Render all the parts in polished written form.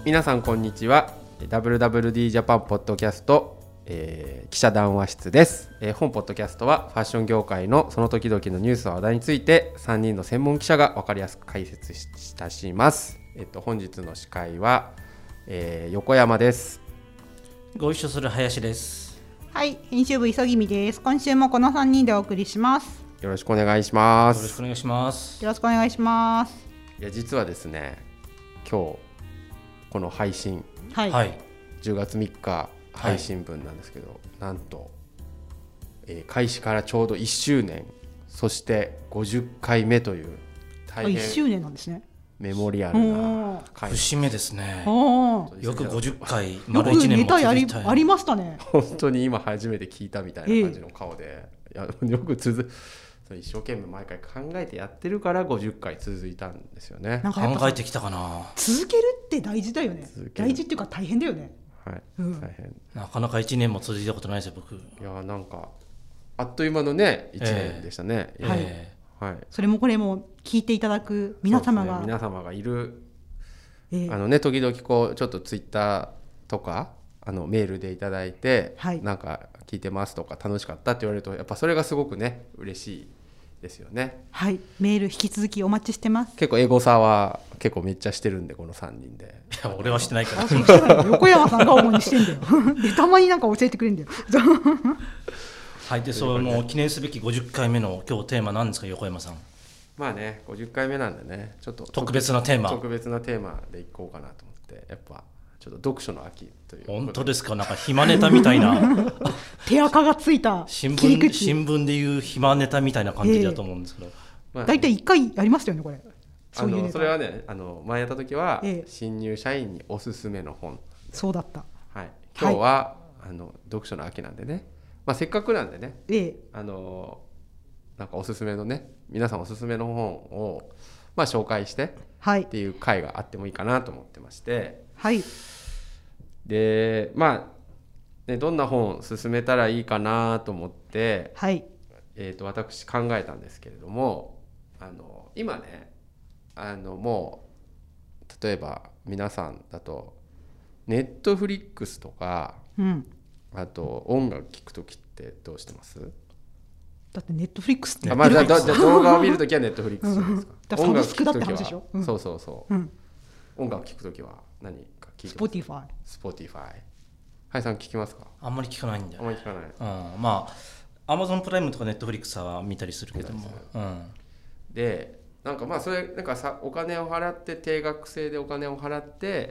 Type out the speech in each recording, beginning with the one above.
皆さんこんにちは。 WWD ジャパンポッドキャスト、記者談話室です。本ポッドキャストはファッション業界のその時々のニュースや話題について3人の専門記者が分かりやすく解説いたします。本日の司会は、横山です。 ご一緒する林です。 はい、編集部急ぎみです。今週もこの3人でお送りします。 よろしくお願いします。 よろしくお願いします。 よろしくお願いします。 いや実はですね、今日この配信、 はい、 10月3日配信分なんですけど、なんと、開始からちょうど1周年、そして50回目という大変 1周年なんですね。 メモリアルな回、 節目ですね。 よよく50回く丸1年ネタも続いた。 ありましたね。 本当に今初めて聞いたみたいな感じの顔で、いやよく一生懸命毎回考えてやってるから50回続いたんですよね。 なんかやっぱ考えてきたかな。 続けるって大事だよね。大事っていうか大変だよね。 はい、大変。 なかなか1年も続いたことないですよ僕。 いやなんかあっという間のね1年でしたね。はい、 それもこれも聞いていただく皆様が、 皆様がいる、時々こうちょっとツイッターとかメールでいただいて、なんか聞いてますとか楽しかったって言われるとやっぱそれがすごくね嬉しいですよね。 はい、メール引き続きお待ちしてます。 結構エゴサは結構めっちゃしてるんでこの3人で。 いや俺はしてないから横山さんが主にしてんだよでたまになんか教えてくれるんだよはい、でその記念すべき50回目の今日テーマなんですか横山さん。 まあね50回目なんでねちょっと特別なテーマでいこうかなと思って、やっぱちょっと読書の秋という。 本当ですか。なんか暇ネタみたいな手垢がついた新切り口、 聞でいう暇ネタみたいな感じだと思うんですけど、 だいたい1回やりましたよねこれ。そういうネタそれはね前やった時は、新入社員におすすめの本。 そうだった。 はい、今日は、読書の秋なんでね、せっかくなんでね、なんかおすすめのね皆さんおすすめの本を、紹介して、っていう回があってもいいかなと思ってまして、でどんな本を勧めたらいいかなと思って、私考えたんですけれども、今ねもう例えば皆さんだとネットフリックスとか、あと音楽聴くときってどうしてます？ だってネットフリックスって動画を見るときはネットフリックスじゃないですか。 サブスクだって話でしょ。 そう、音楽聴くときは何か聴いてます？Spotify。はい、さん聞きますか？ あんまり聞かないんだよ。 あんまり聞かない。 Amazon プライムとかネットフリックスは見たりするけども、 でなんかそれなんかお金を払って定額制でお金を払って、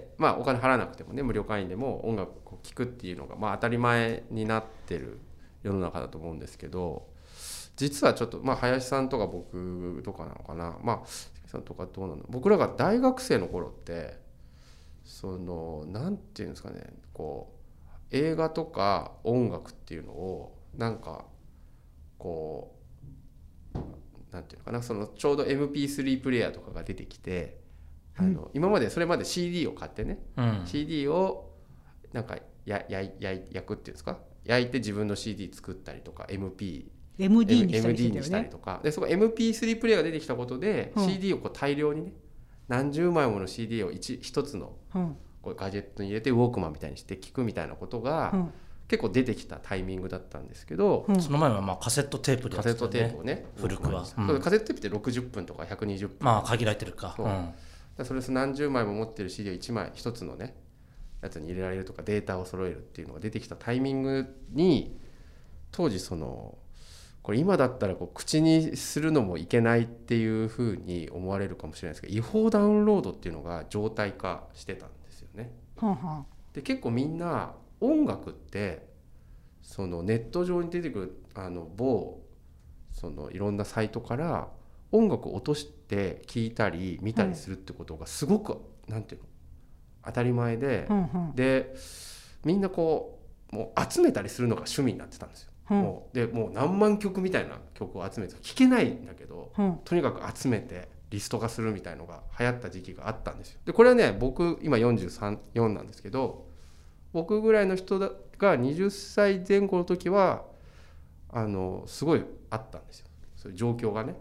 お金払わなくてもね無料会員でも音楽を聴くっていうのが当たり前になってる世の中だと思うんですけど、実はちょっと林さんとか僕とかなのかな、さんとかどうなの、僕らが大学生の頃ってなんていうんですかね、こう映画とか音楽っていうのをなんかこうなんていうのかな、ちょうど MP3 プレイヤーとかが出てきて、今までそれまで CD を買ってね、CD をなんか焼くっていうんですか、焼いて自分の CD 作ったりとか MD にしたりとかで、そこ MP3 プレイヤーが出てきたことで、CD をこう大量にね何十枚もの CD を一つのこうガジェットに入れてウォークマンみたいにして聴くみたいなことが結構出てきたタイミングだったんですけど、 その前はカセットテープでやってたね。 カセットテープをね、 古くは、 カセットテープって60分とか120分、 限られてるか。 それ何十枚も持ってる CD を1枚一つのねやつに入れられるとかデータを揃えるっていうのが出てきたタイミングに、当時これ今だったらこう口にするのもいけないっていうふうに思われるかもしれないですけど、違法ダウンロードっていうのが常態化してたんですよね。で結構みんな音楽ってネット上に出てくる某いろんなサイトから音楽を落として聴いたり見たりするってことがすごく、なんていうの、当たり前で、でみんなこうもう集めたりするのが趣味になってたんですよ。もう何万曲みたいな曲を集めて聴けないんだけど、とにかく集めてリスト化するみたいのが流行った時期があったんですよ。でこれはね、僕今43、4なんですけど、僕ぐらいの人が20歳前後の時はすごいあったんですよ、そういう状況がね。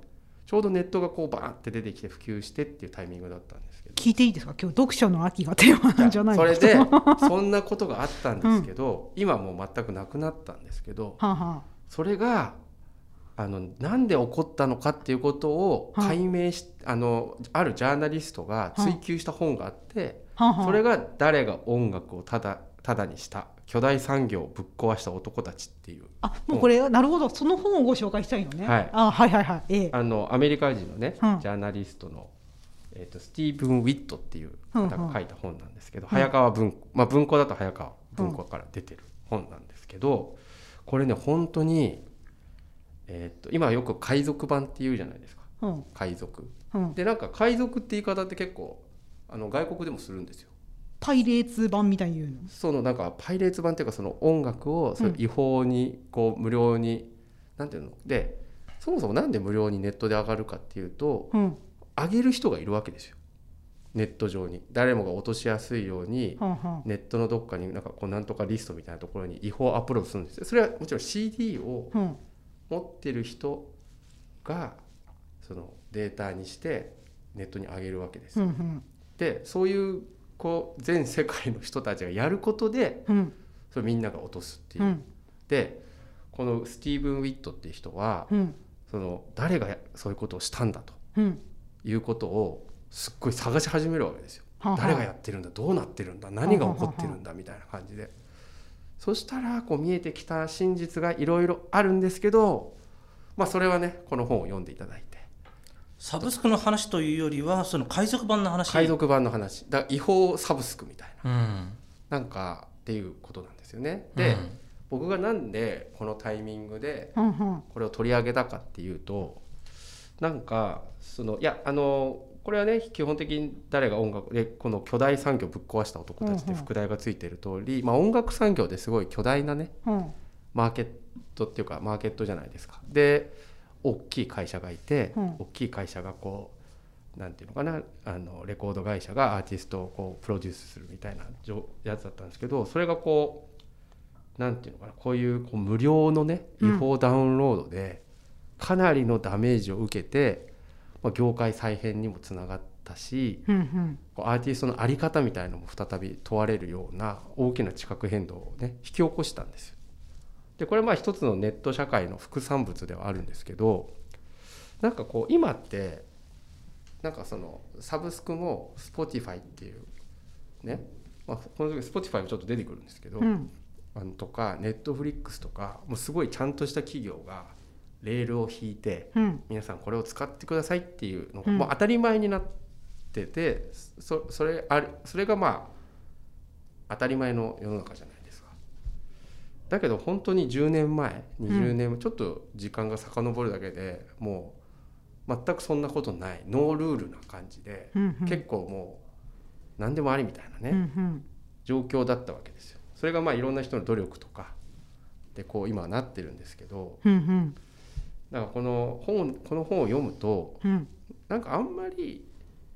ちょうどネットがこうバーって出てきて普及してっていうタイミングだったんですけど、 聞いていいですか？今日読書の秋がテーマなんじゃないそですか？ れでそんなことがあったんですけど、今もう全くなくなったんですけど、 はあはそれがなんで起こったのかっていうことを解明し、あるジャーナリストが追求した本があって、 あはあ、 それが誰が音楽をただにした巨大産業をぶっ壊した男たちっていう、 もうこれなるほど、その本をご紹介したいのね。 はいはいはいはい、 アメリカ人のね、 うんジャーナリストの、スティーブン・ウィットっていう方が書いた本なんですけど、 ん早川文庫、文庫だと早川文庫から出てる本なんですけど、これね本当に、今よく海賊版っていうじゃないですか。 うん海賊うん、 で、なんか海賊って言い方って結構外国でもするんですよ。 パイレーツ版みたいに言うの？ そのなんかパイレーツ版っていうか、その音楽をそれ違法にこう無料に、なんていうので、そもそもなんで無料にネットで上がるかっていうと、 うん上げる人がいるわけですよ。ネット上に誰もが落としやすいように、 はあはネットのどっかになんかこうなんとかリストみたいなところに違法アップロードするんですよ。それはもちろん CD をあうん持ってる人がそのデータにしてネットに上げるわけですよ。 うんうんでそういうこう全世界の人たちがやることで、 うんそれみんなが落とすっていうう、 んでこのスティーブン・ウィットっていう人は、 うんその誰がそういうことをしたんだとうんいうことをすっごい探し始めるわけですよ。 はあはあ誰がやってるんだ、どうなってるんだ、何が起こってるんだみたいな感じで、そしたらこう見えてきた真実がいろいろあるんですけど、それはねこの本を読んでいただいて、 サブスクの話というよりはその海賊版の話。 海賊版の話だ、違法サブスクみたいな、 うんなんかっていうことなんですよね。で、 うん僕がなんでこのタイミングでうんうんこれを取り上げたかっていうと、なんかこれはね基本的に誰が音楽でこの巨大産業をぶっ壊した男たちって副題がついている通り、音楽産業ですごい巨大なねうんマーケットっていうかマーケットじゃないですか。で大きい会社がいて、大きい会社がこうなんていうのかな、レコード会社がアーティストをこうプロデュースするみたいなやつだったんですけど、それがこうなんていうのかな、こういう無料のね違法ダウンロードでかなりのダメージを受けて、業界再編にもつながったし、 うんうんこうアーティストの在り方みたいなのも再び問われるような大きな地殻変動をね引き起こしたんですよ。でこれは一つのネット社会の副産物ではあるんですけど、なんかこう今ってなんかそのサブスクも Spotify っていうね、この時 Spotify もちょっと出てくるんですけど、 うんとか Netflix とかもうすごいちゃんとした企業がレールを引いて、 うん皆さんこれを使ってくださいっていうのがうんもう当たり前になってて、それが当たり前の世の中じゃないですか。だけど本当に10年前20年、ちょっと時間が遡るだけでもう全くそんなことないノールールな感じで、 うんうん結構もう何でもありみたいなね、 うんうん状況だったわけですよ。それがいろんな人の努力とかでこう今はなってるんですけど、 うんうんだからこの本を読むとうんなんかあんまり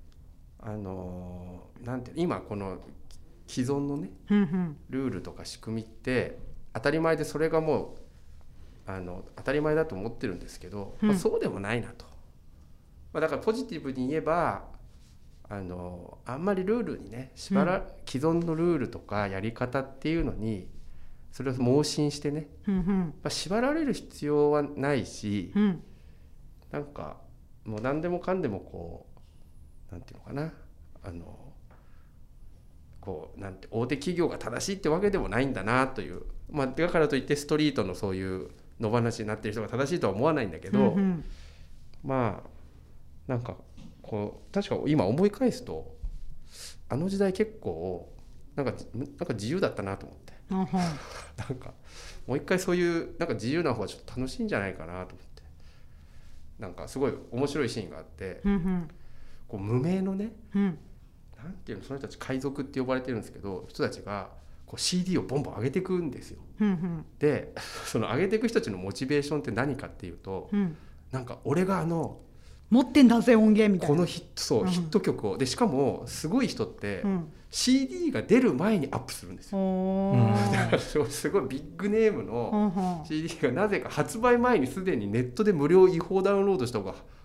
なんて今この既存のねうんうんルールとか仕組みって当たり前で、それがもう当たり前だと思ってるんですけど、そうでもないなと。だからポジティブに言えばあんまりルールにね既存のルールとかやり方っていうのにそれを盲信してね、 うん縛られる必要はないし、 うんなんかもう何でもかんでもこうなんていうのかな、こうなんて大手企業が正しいってわけでもないんだなという、だからといってストリートのそういう野放しになってる人が正しいとは思わないんだけど、 うんなんかこう確か今思い返すとあの時代結構なんか自由だったなと思って、 うんうんなんかもう一回そういうなんか自由な方がちょっと楽しいんじゃないかなと思って、なんかすごい面白いシーンがあって、 うんこう無名のねうんなんていうの、その人たち海賊って呼ばれてるんですけど、人たちがこう CD をボンボン上げていくんですよ。 うんでその上げていく人たちのモチベーションって何かっていうと、 うんなんか俺が持ってんだぜ音源みたいな。 このヒット曲をで、しかもすごい人って、 うん CD が出る前にアップするんですよ。 おだからすごいビッグネームの CD がなぜか発売前にすでにネットで無料違法ダウンロードした方が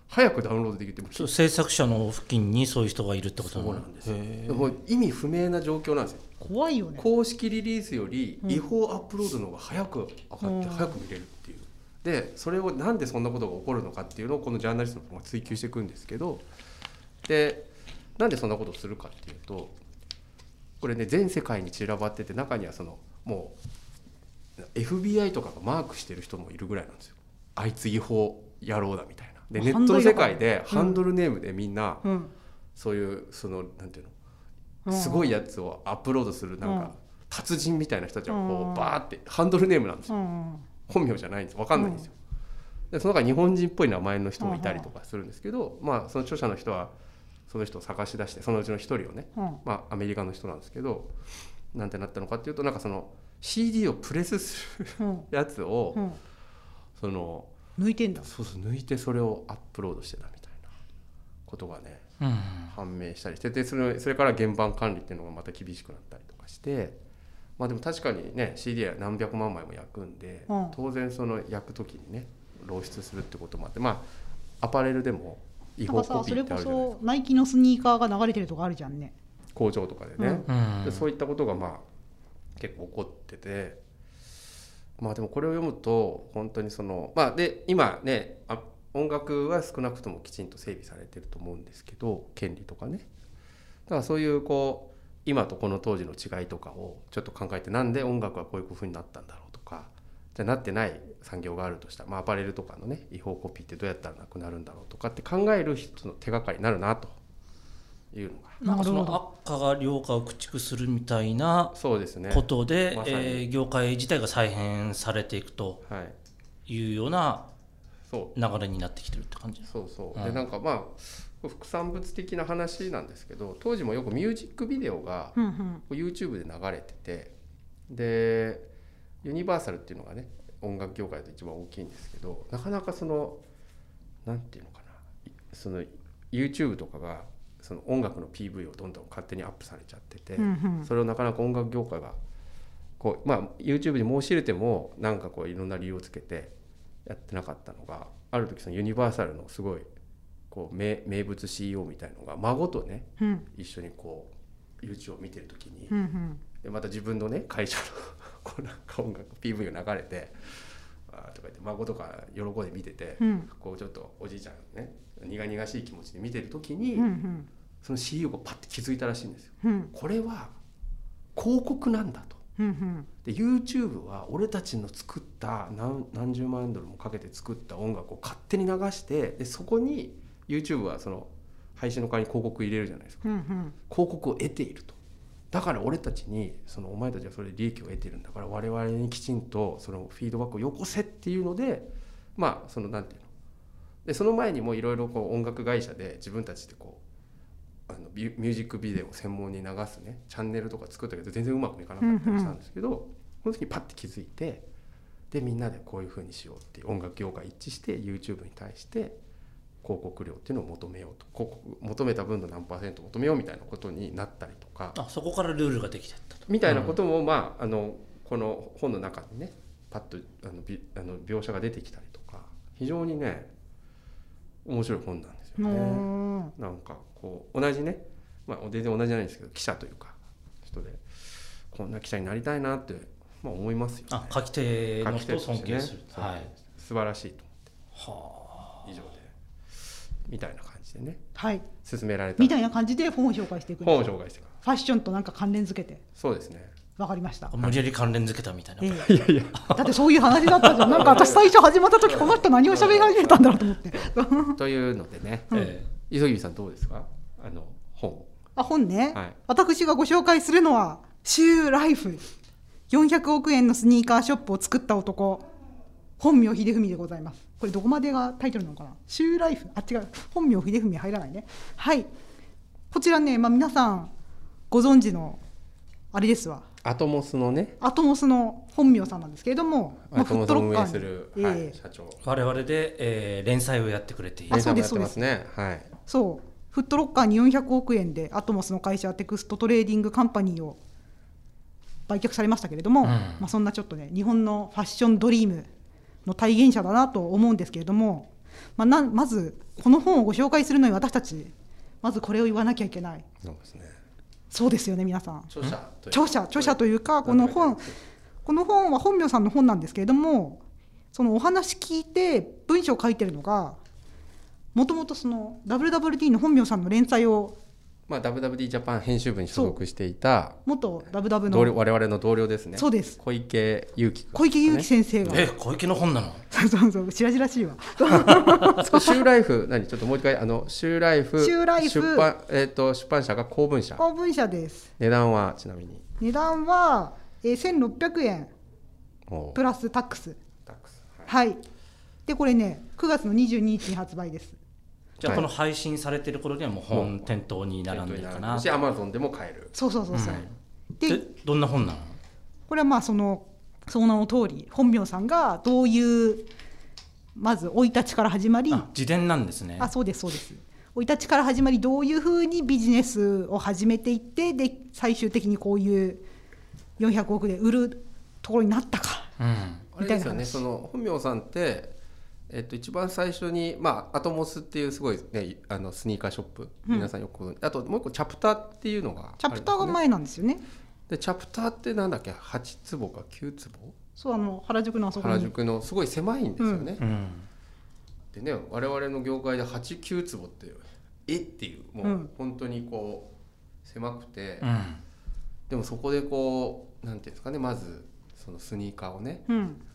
早くダウンロードできてもそう制作者の付近にそういう人がいるってことそうなんですよ。 へもう意味不明な状況なんですよ。 怖いよね。 公式リリースより違法アップロードの方が早く上がって早く見れるっていう。でそれをなんでそんなことが起こるのかっていうのをこのジャーナリストの方が追求していくんですけど、でなんでそんなことをするかっていうと、これね全世界に散らばってて、中にはそのもう FBI とかがマークしてる人もいるぐらいなんですよ。あいつ違法野郎だみたいな。でネットの世界でハンドルネームでみんな、そういうそのなんていうの、すごいやつをアップロードするなんか達人みたいな人たちはこうバーってハンドルネームなんですよ。本名じゃないんです。分かんないんですよ。でその中に日本人っぽい名前の人もいたりとかするんですけど、まあその著者の人はその人を探し出して、そのうちの一人をね、まあアメリカの人なんですけど、なんてなったのかっていうと、なんかその CD をプレスするやつをその抜いてんだ。 そうそう抜いてそれをアップロードしてたみたいなことがね、判明したりしてて、それから原版管理っていうのがまた厳しくなったりとかして、まあでも確かにね CD は何百万枚も焼くんで、当然その焼く時にね漏出するってこともあって、まあアパレルでも違法コピーってあるじゃないですか。 それこそナイキのスニーカーが流れてるとかあるじゃんね、 工場とかでね、でそういったことがまあ結構起こってて、まあでもこれを読むと本当にそのまあで今ね音楽は少なくともきちんと整備されてると思うんですけど、権利とかね、だからそういうこう今とこの当時の違いとかをちょっと考えて、なんで音楽はこういう風になったんだろうとか、じゃあなってない産業があるとしたら、まあ、アパレルとかのね違法コピーってどうやったらなくなるんだろうとかって考える人の手がかりになるなというのが、 なんかその悪化が良化を駆逐するみたいなそうですねことで、 まさに業界自体が再編されていくというような流れになってきてるって感じ。 そうそう、でなんかまあ副産物的な話なんですけど、当時もよくミュージックビデオが YouTube で流れてて、でユニバーサルっていうのがね音楽業界で一番大きいんですけど、なかなかそのなんていうのかな、その YouTube とかがその音楽の PV をどんどん勝手にアップされちゃってて、それをなかなか音楽業界がこう、まあ、YouTube に申し入れてもなんかこういろんな理由をつけてやってなかったのが、ある時そのユニバーサルのすごいこう名物 CEO みたいのが孫とね、一緒にこう YouTube を見てる時に、でまた自分のね会社のこうなんか音楽 PV が流れてとか言って孫とか喜んで見てて、こうちょっとおじいちゃんね苦々しい気持ちで見てる時に、その CEO がパッて気づいたらしいんですよ。これは広告なんだと。で YouTube は俺たちの作った何十万円ドルもかけて作った音楽を勝手に流して、でそこに YouTube はその配信の代わりに広告入れるじゃないですか、広告を得ていると。だから俺たちにそのお前たちはそれで利益を得てるんだから、我々にきちんとそのフィードバックをよこせっていうので、まあそのなんていうので、その前にもいろいろ音楽会社で自分たちでこうミュージックビデオを専門に流すねチャンネルとか作ったけど全然うまくいかなかったりしたんですけど、この時にパッて気づいて、でみんなでこういう風にしようっていう音楽業界一致して YouTube に対して広告料っていうのを求めようと、広告求めた分の何%求めようみたいなことになったりとか、 そこからルールができてったとみたいなことも、まあこの本の中にねパッと描写が出てきたりとか、非常にね面白い本なんですよね。なんかこう同じね、まあ、全然同じじゃないんですけど記者というか人でこんな記者になりたいなって、まあ、思いますよね。 書き手の人を尊敬する、 素晴らしいと思って、以上でみたいな感じでね、進められたみたいな感じで本を紹介していく。 本を紹介していく。 ファッションとなんか関連付けて。 そうですね。 わかりました。 無理やり関連付けたみたいな。 いやいやだってそういう話だったじゃん。なんか私最初始まった時この人何を喋り始めたんだろうと思って。 というのでね、磯木さんどうですか本。 本ね、私がご紹介するのはシューライフ400億円のスニーカーショップを作った男、本名秀文でございます。これどこまでがタイトルなのかな。シューライフ、違う、本名秀文入らないね。こちらね、皆さんご存知のあれですわ、 アトモスのね、 アトモスの本名さんなんですけれども、 アトモスを運営する、社長、 我々で、連載をやってくれている。 連載もやってますね。 そうフットロッカーに400億円でアトモスの会社テクストトレーディングカンパニーを売却されましたけれども、そんなちょっとね日本のファッションドリームの体現者だなと思うんですけれども、 まずこの本をご紹介するのに私たちまずこれを言わなきゃいけない。 そうですね。 そうですよね皆さん。 著者というかこの本は本名さんの本なんですけれども、そのお話聞いて文章を書いてるのがもともとその WWD の本名さんの連載を、 WWD ジャパン編集部に所属していた元ダブダブの我々の同僚ですね。 そうです。 小池祐希先生が。 小池の本なの？ そうしらじらしいわ。 シューライフちょっともう一回シューライフ出版社が公文社です。 値段はちなみに値段は1600円プラスタックス。はい。でこれね9月の22日に発売です。 じゃあこの配信されてる頃にはもう本店頭に並んでるかな。 アマゾンでも買える。 そう。 でどんな本なの？ これはその名の通り本名さんがどういうまず生い立ちから始まり、 自伝なんですね。 そうです。生い立ちから始まりどういうふうにビジネスを始めていってで最終的にこういう400億で売るところになったか、 みたいな話。あれですよね。その本名さんって一番最初に、アトモスっていうすごい、ね、スニーカーショップ、皆さんよくあともう一個チャプターっていうのがあるんですね。 チャプターが前なんですよね。 でチャプターってなんだっけ8坪か9坪。 そう原宿のあそこに。 原宿のすごい狭いんですよね。でね我々の業界で8、9坪ってっていうもう本当にこう狭くて、でもそこでこうなんていうんですかね、まずそのスニーカーをね、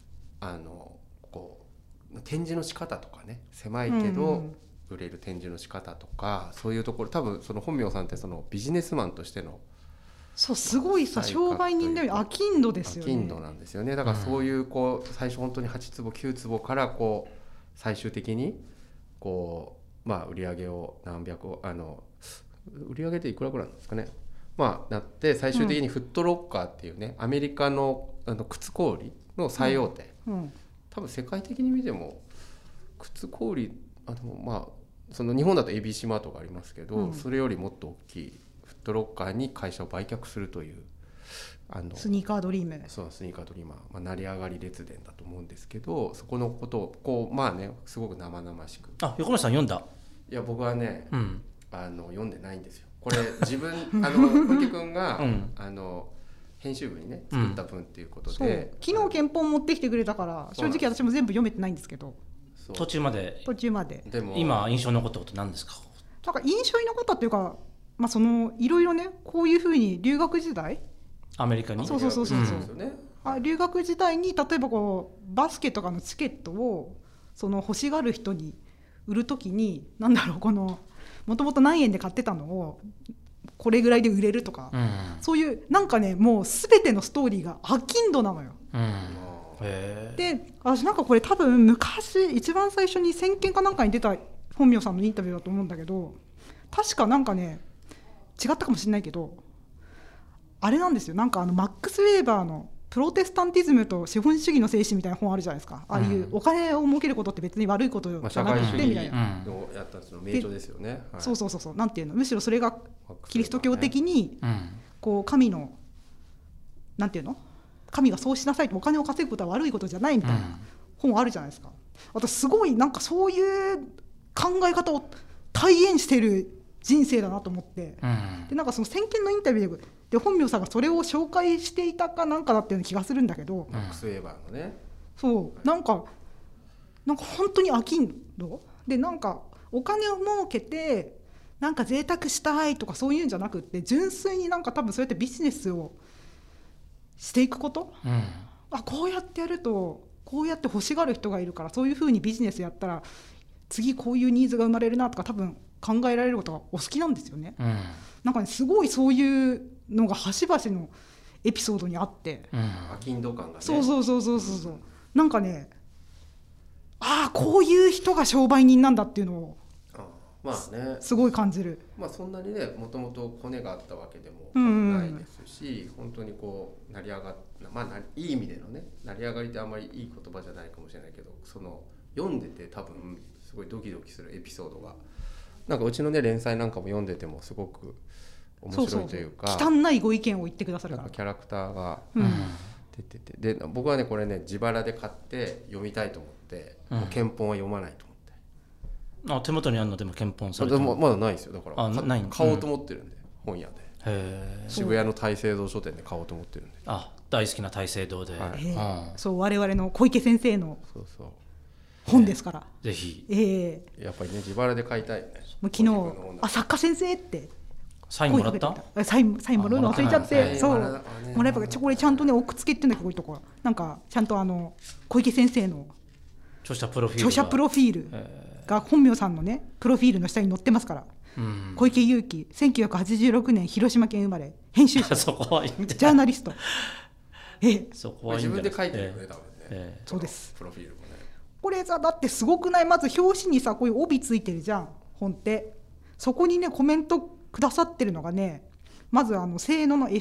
こう展示の仕方とかね、狭いけど売れる展示の仕方とか、そういうところ多分その本名さんってそのビジネスマンとしてのすごい商売人で商人ですよね。 商人なんですよね。だからそういうこう最初本当に8坪9坪からこう最終的にこう売り上げを何百売り上げっていくらぐらいなんですかね。なって最終的にフットロッカーっていうね、アメリカの靴小売の最大手、多分世界的に見ても靴小売その日本だと ABC マートがありますけど、それよりもっと大きいフットロッカーに会社を売却するというスニーカードリーム。 そうスニーカードリーマー、成り上がり列伝だと思うんですけど、そこのことをこうすごく生々しく。 横村さん読んだ？ いや僕はね、読んでないんですよ。これ自分小池君が、編集部にね作った文っていうことで、 昨日憲法持ってきてくれたから正直私も全部読めてないんですけど、 途中まで。 でも今印象に残ったこと何ですか？ なんか印象に残ったっていうか、そのいろいろねこういうふうに留学時代アメリカに留学時代に例えばこうバスケとかのチケットをその欲しがる人に売るときにこのもともと何円で買ってたのをこれぐらいで売れるとか、そういうもう全てのストーリーが商人なのよ。で私これ多分昔一番最初に先見かなんかに出た本名さんのインタビューだと思うんだけど、確か違ったかもしれないけどあれなんですよ。マックス・ウェーバーのプロテスタンティズムと資本主義の精神みたいな本あるじゃないですか。ああいうお金を儲けることって別に悪いことじゃなくてみたいな、 やったその名著ですよね。 そうなんていうの、むしろそれがキリスト教的にこう神のなんていうの、神がそうしなさいと、お金を稼ぐことは悪いことじゃないみたいな本あるじゃないですか。私すごいそういう考え方を体現してる人生だなと思って、でその先見のインタビューで本名さんがそれを紹介していたかなんかだったような気がするんだけど、 マックス・ウェーバーのね、 そう本当に商人でお金を儲けて贅沢したいとかそういうんじゃなくって、純粋に多分そうやってビジネスをしていくこと、こうやってやるとこうやって欲しがる人がいるから、そういうふうにビジネスやったら次こういうニーズが生まれるなとか多分考えられることがお好きなんですよね。すごいそういうのが端々のエピソードにあって、 商人感がね、 そうこういう人が商売人なんだっていうのをすごい感じる。 そんなにねもともとコネがあったわけでもないですし、本当にこう成り上がいい意味でのね、成り上がりってあんまりいい言葉じゃないかもしれないけど、その読んでて多分すごいドキドキするエピソードがうちのね連載なんかも読んでてもすごく面白いというか、 汚いご意見を言ってくださるからキャラクターが出てて、で僕はねこれね自腹で買って読みたいと思って、憲法は読まないと思って、 手元にあるのでも検本されてる。 まだないですよ。だからない買おうと思ってるんで、本屋で渋谷の大聖堂書店で買おうと思ってるんで。 大好きな大聖堂で、 そう我々の小池先生の本ですから、 ぜひ、 やっぱりね自腹で買いたいね。 もう昨日作家先生ってサインもらった？ サインもらうの忘れちゃって、そうもうやっぱこれちゃんとね奥付けっていうんだけど、こういうとこなんかちゃんと小池先生の著者プロフィールが本名さんのねプロフィールの下に載ってますから、小池祐樹1986年広島県生まれ、編集者そこはいいんじゃない？ ジャーナリスト。 そこはいいんじゃない？ 自分で書いてるよね、多分ね。 そうです。 プロフィールもね。これさだってすごくない？まず表紙にさこういう帯ついてるじゃん、本って。そこにねコメントくださってるのがね、まずせーのの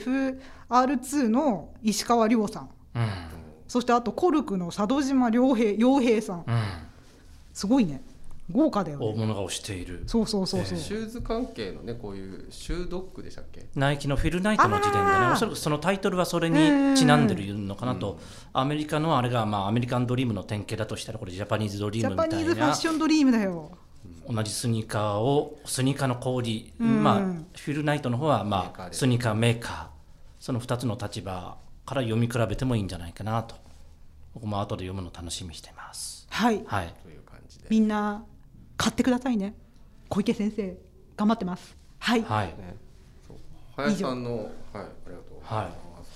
FR2 の石川亮さん、そしてあとコルクの佐渡島洋平さん、すごいね、豪華だよね。 大物が推している。 そう、シューズ関係のね、こういうシュードッグでしたっけ、 ナイキのフィルナイトの時点でね、おそらくそのタイトルはそれにちなんでるのかなと、アメリカのあれがアメリカンドリームの典型だとしたら、これジャパニーズドリームみたいな、 ジャパニーズファッションドリームだよ。 同じスニーカーの小売り、フィルナイトの方はスニーカーメーカー、その2つの立場から読み比べてもいいんじゃないかなと、僕も後で読むの楽しみにしています。 はい、という感じでみんな買ってくださいね。小池先生頑張ってます。はい、 林さんの、ありがとうございます。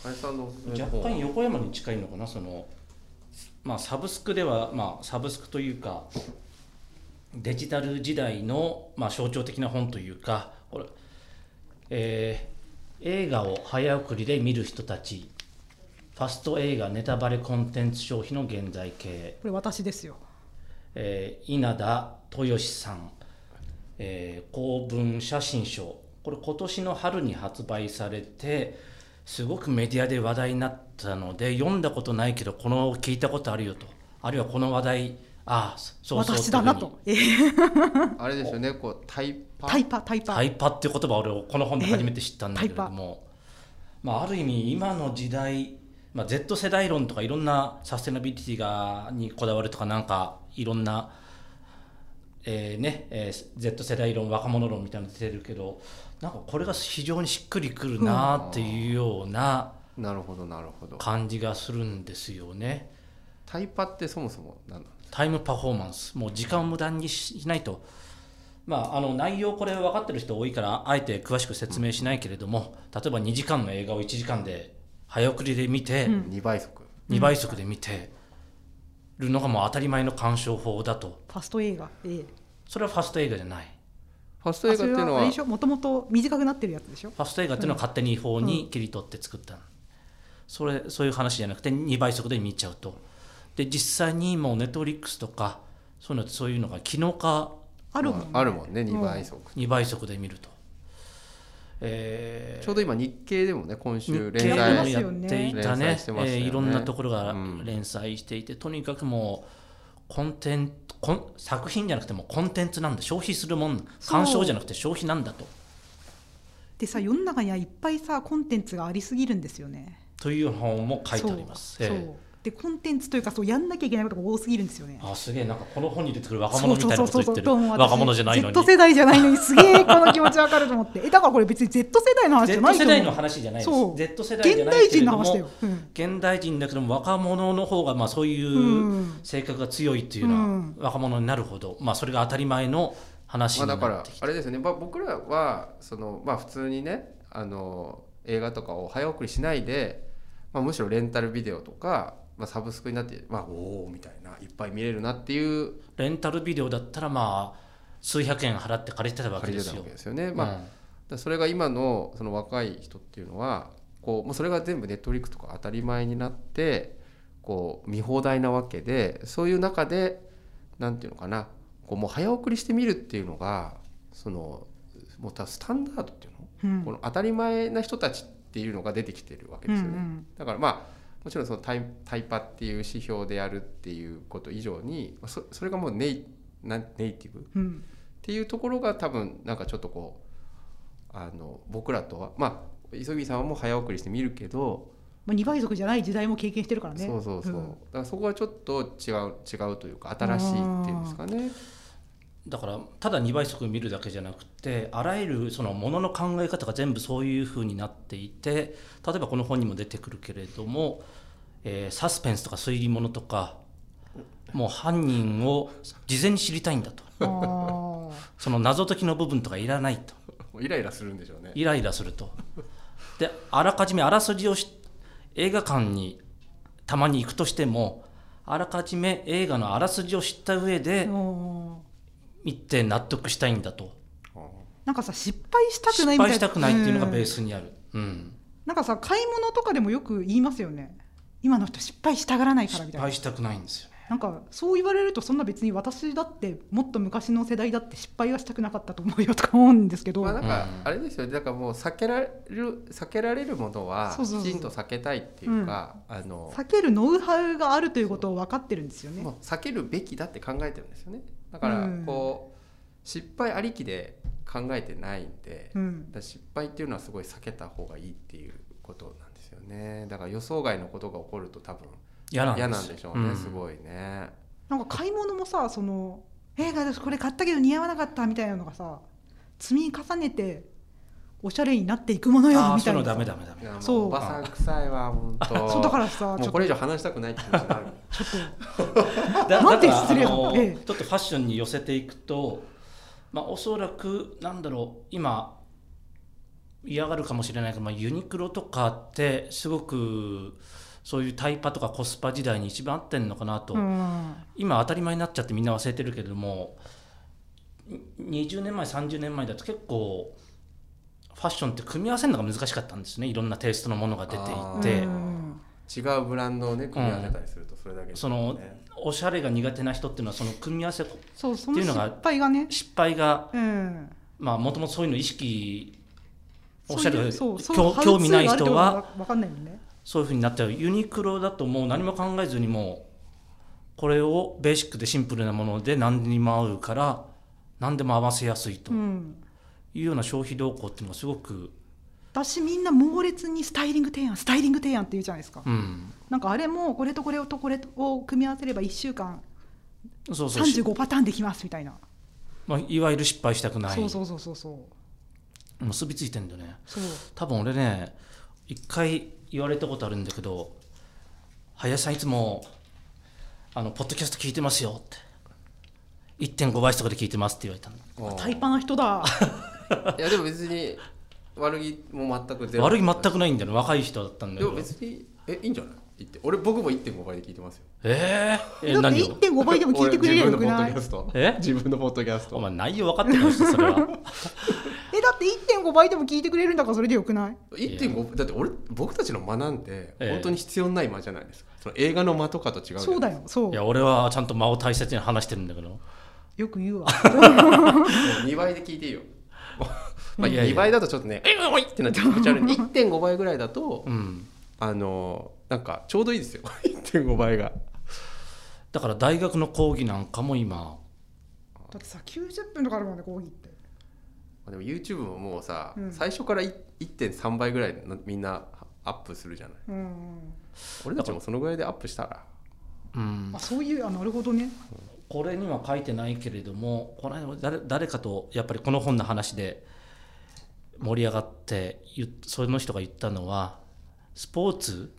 林さんの若干横山に近いのかな、サブスクでは、サブスクというかデジタル時代の、象徴的な本というか、これ、映画を早送りで見る人たち、ファスト映画ネタバレコンテンツ消費の現在形、 これ私ですよ。 稲田豊さん、公文写真賞、これ今年の春に発売されて、すごくメディアで話題になったので、読んだことないけど聞いたことあるよと、あるいはこの話題そう私だなと。 あれですよね、こうタイパっていう言葉を俺この本で初めて知ったんだけれども、ある意味今の時代、Z 世代論とかいろんなサステナビリティにこだわるとか、なんかいろんな、Z 世代論若者論みたいなの出てるけど、なんかこれが非常にしっくりくるなっていうような感じがするんですよね。 タイパってそもそも何なんですか？ タイムパフォーマンス、もう時間を無駄にしないと、内容これ分かってる人多いからあえて詳しく説明しないけれども、例えば2時間の映画を1時間で早送りで見て、 2 倍速で見てるのがもう当たり前の鑑賞法だと。 ファスト映画、 それはファスト映画じゃない。 ファスト映画っていうのはもともと短くなってるやつでしょ。 ファスト映画っていうのは勝手に違法に切り取って作った、そういう話じゃなくて2倍速で見ちゃうと。で実際にもうネットフリックスとかそういうのが機能化あるもんね、 2倍速で見ると、 ちょうど今日経でもね、今週連載やっていたね、いろんなところが連載していて、とにかくもう作品じゃなくてもコンテンツなんだ、消費するもん、鑑賞じゃなくて消費なんだと。 でさ、世の中にはいっぱいさコンテンツがありすぎるんですよね、 という本も書いてあります。 でコンテンツというかやんなきゃいけないことが多すぎるんですよね。 すげえ、なんかこの本に出てくる若者みたいなこと言ってる。若者じゃないのに Z 世代じゃないのにすげえこの気持ちわかると思ってだからこれ別に Z 世代の話じゃないと思う。 Z 世代の話じゃないです。 Z 世代じゃないけれども、現代人だけども若者の方がそういう性格が強いっていうのは若者になるほど、それが当たり前の話になってきて、 だからあれですよね、僕らは普通にね映画とかを早送りしないで、むしろレンタルビデオとかサブスクになって、おおみたいないっぱい見れるなっていう。 レンタルビデオだったら数百円払って借りてたわけですよ。 それが今のその若い人っていうのはもうそれが全部ネットフリックスとか当たり前になって見放題なわけで、そういう中でなんていうのかな、もう早送りして見るっていうのがもうスタンダードっていうの、この当たり前な人たちっていうのが出てきてるわけですよね。だからもちろんそのタイパっていう指標でやるっていうこと以上に、それがもうネイティブっていうところが多分なんかちょっと僕らとは磯木さんはもう早送りして見るけど、 2倍速じゃない時代も経験してるからね。 だからそこはちょっと違うというか新しいっていうんですかね。 だからただ2倍速見るだけじゃなくて、あらゆるそのものの考え方が全部そういう風になっていて、例えばこの本にも出てくるけれども、サスペンスとか推理物とか、もう犯人を事前に知りたいんだとその謎解きの部分とかいらないと。 イライラするんでしょうね。 イライラすると。であらかじめあらすじを映画館にたまに行くとしても、あらかじめ映画のあらすじを知った上で見て納得したいんだと。 なんかさ、失敗したくないみたいな、 失敗したくないっていうのがベースにある、 なんかさ、買い物とかでもよく言いますよね。今の人失敗したがらないからみたいな。 失敗したくないんですよね。 なんかそう言われると、そんな別に私だってもっと昔の世代だって失敗はしたくなかったと思うよとか思うんですけど、 なんかあれですよね、だからもう避けられるものはきちんと避けたいっていうか、 避けるノウハウがあるということを分かってるんですよね。 もう避けるべきだって考えてるんですよね。だからこう、失敗ありきで考えてないんで、だから失敗っていうのはすごい避けた方がいいっていうことなんですよね。だから予想外のことが起こると多分嫌なんでしょうね、すごいね。 なんか買い物もさ、その映画でこれ買ったけど似合わなかったみたいなのがさ、積み重ねておしゃれになっていくものよみたいな。 ダメそう、 おばさん臭いわ本当。 そうだからさ、 もうこれ以上話したくないって気持ちになる。 ちょっとなんて失礼な、 ちょっとファッションに寄せていくと、おそらくなんだろう、今嫌がるかもしれないけど、ユニクロとかってすごくそういうタイパとかコスパ時代に一番合ってるのかなと、今当たり前になっちゃってみんな忘れてるけれども、20年前30年前だと結構ファッションって組み合わせるのが難しかったんですね。いろんなテイストのものが出ていて、 違うブランドをね組み合わせたりするとそれだけで、ね、 そのおしゃれが苦手な人っていうのはその組み合わせっていうのが失敗がもともとそういうの意識、おしゃれが興味ない人はそういう風になっちゃう。ユニクロだともう何も考えずにもうこれをベーシックでシンプルなもので何にも合うから何でも合わせやすいというような消費動向っていうのがすごく、 私みんな猛烈にスタイリング提案って言うじゃないですか、なんかあれもこれとこれとこれを組み合わせれば1週間35パターンできますみたいな、 いわゆる失敗したくない、 そう結びついてるんだよね。多分俺ね一回言われたことあるんだけど、林さんいつもポッドキャスト聞いてますよって、1.5 倍速で聞いてますって言われたの。 タイパな人だいやでも別に悪気も全くゼロ、 悪気全くないんだよね。若い人だったんだけど。 でも別にいいんじゃない。僕も 1.5 倍で聞いてますよ。 だって1.5 倍でも聞いてくれるよくない？ 自分のポッドキャスト。 お前内容分かってる人それはだって 1.5 倍でも聞いてくれるんだからそれでよくない？ 1.5 だって僕たちの間なんて本当に必要ない間じゃないですか。その映画の間とかと違う。 そうだよ。 いや俺はちゃんと間を大切に話してるんだけど。 よく言うわ 2倍で聞いていいよ2倍だとちょっとねおいってなって気持ち悪い。1.5 倍ぐらいだと、なんかちょうどいいですよ1.5 倍が。 だから大学の講義なんかも今だってさ90分とかあるもんね講義って。 でも YouTube ももうさ、最初から 1.3 倍ぐらいみんなアップするじゃない、俺たちもそのぐらいでアップしたら、 そういうなるほどね。 これには書いてないけれども、この間誰かとやっぱりこの本の話で盛り上がってその人が言ったのはスポーツ、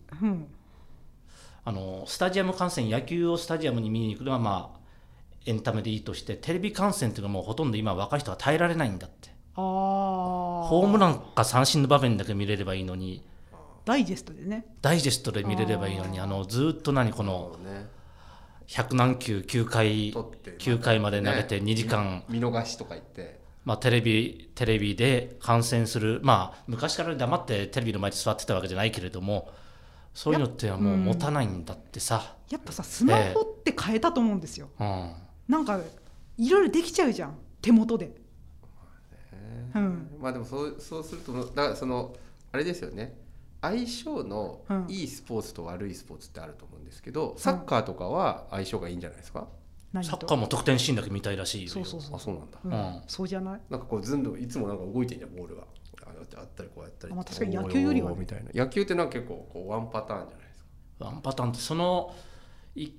スタジアム観戦、野球をスタジアムに見に行くのはエンタメでいいとして、テレビ観戦っていうのはもうほとんど今若い人は耐えられないんだって。ホームランか三振の場面だけ見れればいいのに、 ダイジェストで見れればいいのに、ずっとこの100何球9回まで投げて2時間見逃しとか言って、 テレビで観戦する、昔から黙ってテレビの前で座ってたわけじゃないけれども、そういうのってはもう持たないんだってさ。 やっぱさスマホって変えたと思うんですよ、なんかいろいろできちゃうじゃん手元で、 でもそうするとだからあれですよね、相性のいいスポーツと悪いスポーツってあると思うんですけど、サッカーとかは相性がいいんじゃないですか。 サッカーも得点シーンだけ見たいらしいよ。 そうなんだ、そうじゃない。 なんかこうずんどいつもなんか動いてんじゃんボールがあったりこうやったり、 確かに野球よりはね、 みたいな。野球ってなんか結構ワンパターンじゃないですか。 ワンパターンってその1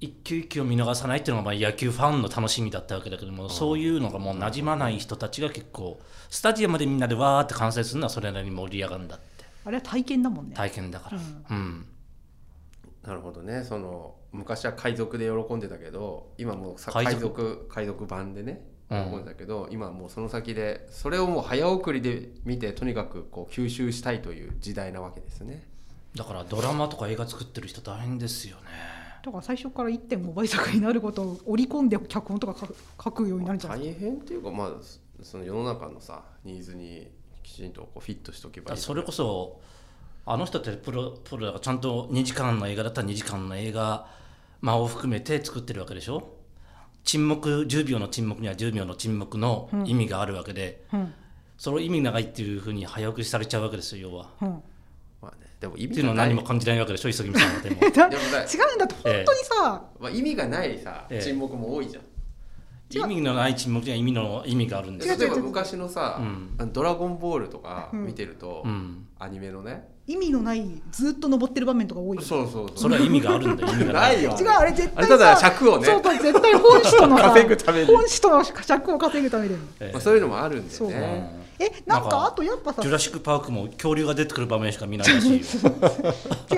一球一球を見逃さないっていうのがまあ野球ファンの楽しみだったわけだけども、そういうのがもう馴染まない人たちが結構スタジアムでみんなでわーって観戦するのはそれなりに盛り上がるんだって。 あれは体験だもんね。 体験だから、 なるほどね。その昔は海賊で喜んでたけど、今もう海賊版でね喜んでたけど、今はもうその先でそれをもう早送りで見てとにかくこう吸収したいという時代なわけですね。 だからドラマとか映画作ってる人大変ですよね。 だから最初から 1.5 倍速になることを織り込んで脚本とか書くようになるんじゃないですか。 大変っていうか、まあその世の中のさニーズにきちんとこうフィットしておけばいい。 それこそあの人ってプロだからちゃんと2時間の映画だったら2時間の映画間を含めて作ってるわけでしょ。沈黙10秒の沈黙には10秒の沈黙の意味があるわけで、その意味長いっていうふうに早送りされちゃうわけですよ要は。 まあね、でも意味っていうのは何も感じないわけでしょ急ぎさんは。でも違うんだって本当にさ、 まあ、意味がないさ沈黙も多いじゃん。 意味のない沈黙には意味があるんですよ。 例えば昔のさ、ドラゴンボールとか見てると、アニメのね意味のないずっと登ってる場面とか多いよ。 そうそれは意味があるんだ。意味がないよ。 違う、あれ絶対さ、 あれただ尺をね、 そう絶対本使との稼ぐために本使との尺を稼ぐためで、 まあ、そういうのもあるんだよね。 なんかあとやっぱさ、 ジュラシックパークも恐竜が出てくる場面しか見ないらしいよ。 違う、本当に好きな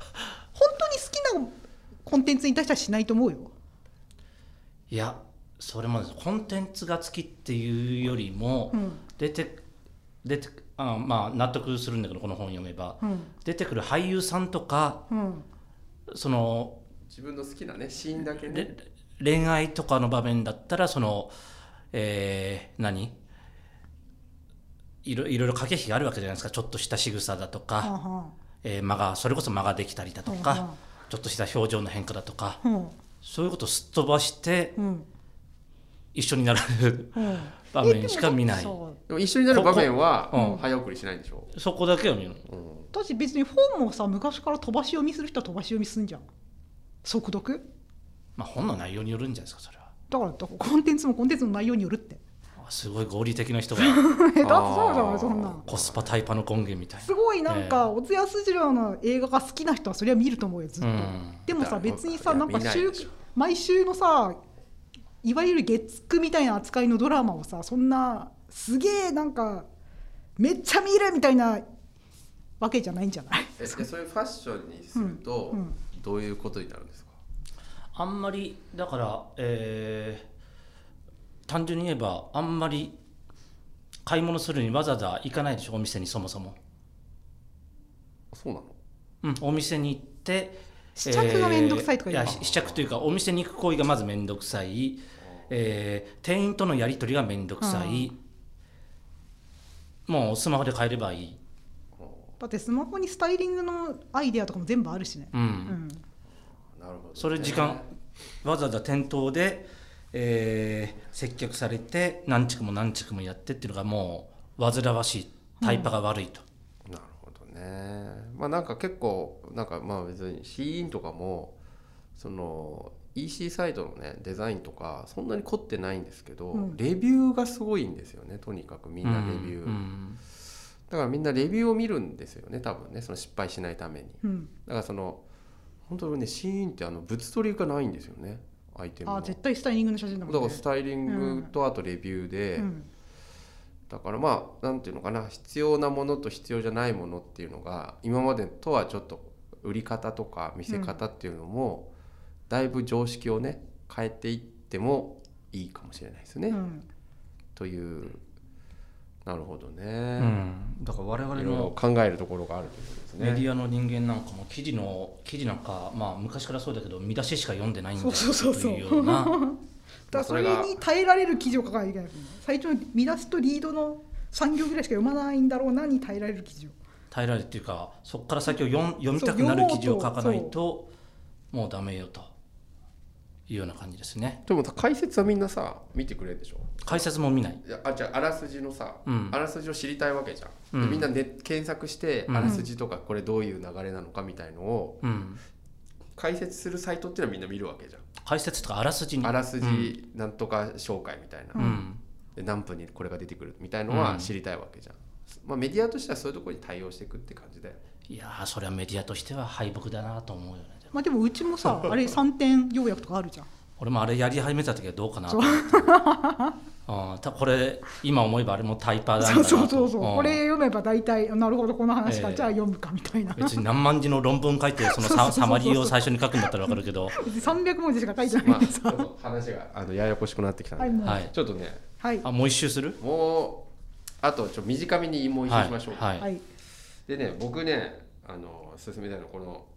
コンテンツに対してはしないと思うよ。 いやそれもコンテンツが好きっていうよりも、まあ納得するんだけどこの本読めば、出てくる俳優さんとか、その自分の好きなねシーンだけね、 恋愛とかの場面だったらそのいろいろ駆け引きがあるわけじゃないですか。ちょっとした仕草だとか、それこそ間ができたりだとか、ちょっとした表情の変化だとか、そういうことをすっ飛ばして、一緒になる場面しか見ない。 でも一緒になる場面は早送りしないんでしょ。 そこだけを見るの。 私別に本もさ昔から飛ばし読みする人は飛ばし読みすんじゃん。速読。 まあ本の内容によるんじゃないですかそれは。 だからコンテンツもコンテンツの内容によるって。 すごい合理的な人がだってそうじゃないそんなコスパタイパの根源みたいな。 すごいなんか小津安二郎の映画が好きな人はそれは見ると思うよずっと。でもさ別にさなんか毎週のさいわゆる月9みたいな扱いのドラマをさそんなすげえなんかめっちゃ見るみたいなわけじゃないんじゃない？ そういうファッションにするとどういうことになるんですか？ あんまりだから、単純に言えばあんまり買い物するにわざわざ行かないでしょお店にそもそも。 そうなの？お店に行って試着がめんどくさいとか言う。試着というかお店に行く行為がまずめんどくさい、店員とのやり取りがめんどくさい、もうスマホで買えればいい。 だってスマホにスタイリングのアイデアとかも全部あるしね。 なるほどね。 それ時間わざわざ店頭で、接客されて何着も何着もやってっていうのがもう煩わしい、タイパが悪いと。 なるほどね。まあなんか結構なんかまあ別にシーインとかもその EC サイトのねデザインとかそんなに凝ってないんですけど、レビューがすごいんですよね。とにかくみんなレビュー、だからみんなレビューを見るんですよね多分ね、その失敗しないために、だからその本当にねシーンって物撮りがないんですよねアイテムの。 絶対スタイリングの写真だもんね。 だからスタイリングとあとレビューで、だからまあなんていうのかな、必要なものと必要じゃないものっていうのが今までとはちょっと売り方とか見せ方っていうのもだいぶ常識をね変えていってもいいかもしれないですね、という。なるほどね、 だから我々のいろいろ考えるところがあるということですね。 メディアの人間なんかも記事なんか、まあ、昔からそうだけど見出ししか読んでないんだよというようなだからそれに耐えられる記事を書かなきゃいけない。最初の見出しとリードの3行ぐらいしか読まないんだろうなに耐えられる記事を。 耐えられるっていうかそこから先を読みたくなる記事を書かないともうダメよというような感じですね。 でも解説はみんなさ見てくれるでしょ。 解説も見ない。 じゃああらすじのさ、あらすじを知りたいわけじゃん、でみんな検索してあらすじとかこれどういう流れなのかみたいのを、解説するサイトっていうのはみんな見るわけじゃん。 解説とかあらすじにあらすじなんとか紹介みたいな、で何分にこれが出てくるみたいのは知りたいわけじゃん、まあ、メディアとしてはそういうところに対応していくって感じだよ。 いやそれはメディアとしては敗北だなと思うよね。 まあでもうちもさあれ3点要約とかあるじゃん。 俺もあれやり始めた時はどうかなとそう思ってこれ今思えばあれもタイパーなんだなと。 これ読めば大体なるほどこの話か、じゃあ読むかみたいな。 別に何万字の論文書いてそのサマリーを最初に書くんだったら分かるけど別に300文字しか書いてないんでさ、 ちょっと話がややこしくなってきたんで、 はいもうはいちょっとねはいもう一周する？ もうあと短めにもう一周しましょうか。 はいはいでね僕ね進めたいのはこの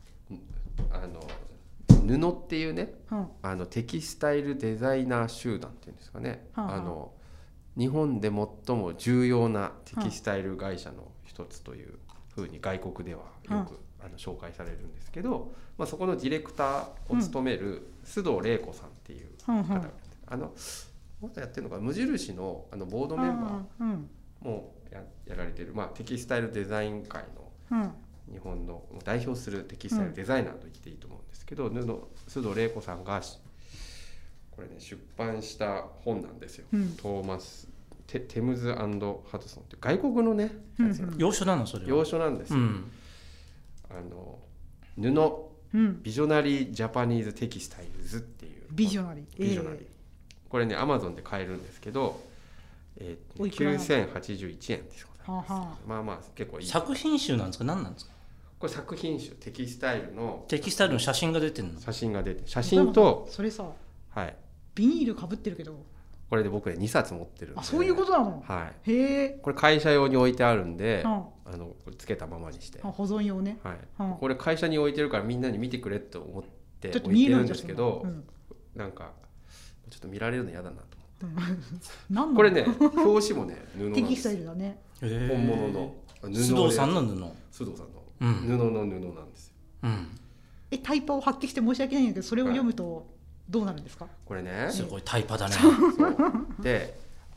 布っていうねうんテキスタイルデザイナー集団っていうんですかね、 はあは日本で最も重要なテキスタイル会社の一つというふうに外国ではよく紹介されるんですけど、まあ、そこのディレクターを務める須藤玲子さんっていう方が、まだやってるのか無印のボードメンバーもやられてる、まあ、テキスタイルデザイン界の日本の代表するテキスタイルデザイナーと言っていいと思うんですけど、須藤玲子さんがこれね出版した本なんですよ、トーマステムズ&ハドソンって外国のね、 洋書なのそれは？ 洋書なんですよ、布、ビジョナリー・ジャパニーズ・テキスタイルズっていうビジョナリー、 これねアマゾンで買えるんですけど、9081円ですございます。まあまあ結構いい。 作品集なんですか？何なんですか？ これ作品集テキスタイルの写真が出てるの？ 写真が出て写真とそれさ、 はい、 ビニールかぶってるけどこれで僕ね2冊持ってるんで。 あ、そういうことなの？ はい。 へえ。 これ会社用に置いてあるんで、これつけたままにして。 保存用ね。 はい。これ会社に置いてるからみんなに見てくれって思ってちょっと置いてるんですけど、なんかちょっと見られるの嫌だなと思って。これね表紙もね布なんです。 テキスタイルだね。 本物の須藤さんの布。 須藤さんの布の布なんですよ。 タイパを発揮して申し訳ないんだけど、それを読むとどうなるんですか？ これねすごいタイパだね。 で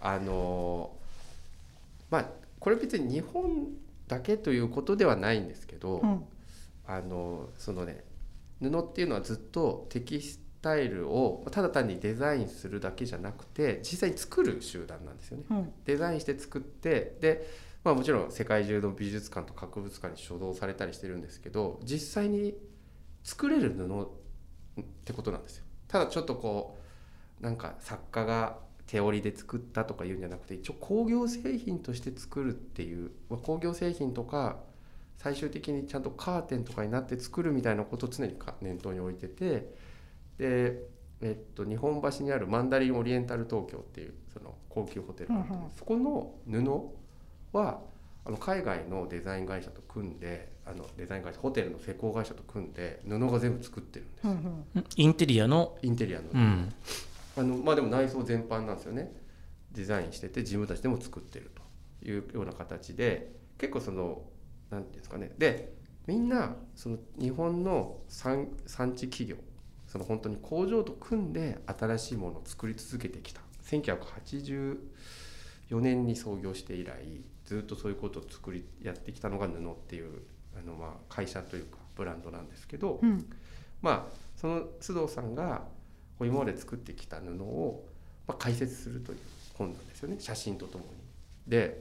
まあこれ別に日本だけということではないんですけど、そのね布っていうのはずっとテキスタイルをただ単にデザインするだけじゃなくて実際に作る集団なんですよね。デザインして作ってで、まあ、もちろん世界中の美術館と博物館に所蔵されたりしてるんですけど実際に作れる布ってことなんですよ。ただちょっとこうなんか作家が手織りで作ったとか言うんじゃなくて一応工業製品として作るっていう、工業製品とか最終的にちゃんとカーテンとかになって作るみたいなことを常に念頭に置いてて、で、日本橋にあるマンダリンオリエンタル東京っていうその高級ホテルがあって、そこの布は海外のデザイン会社と組んでデザイン会社ホテルの施工会社と組んで布が全部作ってるんですよ。 インテリアの、 まあでも内装全般なんですよね。デザインしてて自分たちでも作ってるというような形で結構そのなんていうんですかね。でみんなその日本の産地企業その本当に工場と組んで新しいものを作り続けてきた。1984年に創業して以来ずっとそういうことをやってきたのが布っていうまあ会社というかブランドなんですけど、まあその須藤さんが今まで作ってきた布を解説するという本なんですよね、写真とともに。で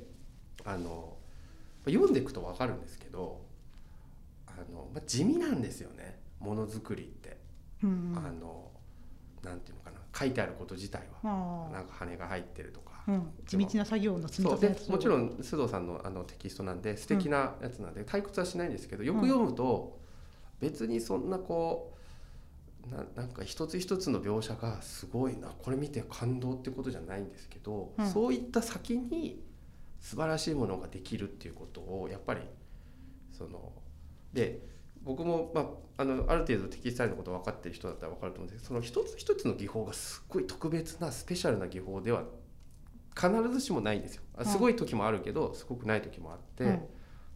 読んでいくと分かるんですけど地味なんですよね、ものづくりって。なんていうのかな、書いてあること自体はなんか羽が入ってるとか、 地道な作業の積み重ね。 もちろん須藤さんのテキストなんで素敵なやつなんで退屈はしないんですけど、よく読むと別にそんなこうなんか一つ一つの描写がすごいなこれ見て感動ってことじゃないんですけど、そういった先に素晴らしいものができるっていうことをやっぱりで僕も、ある程度テキスタイルのこと分かってる人だったら分かると思うんですけど、その一つ一つの技法がすっごい特別なスペシャルな技法では必ずしもないんですよ。すごい時もあるけどすごくない時もあって、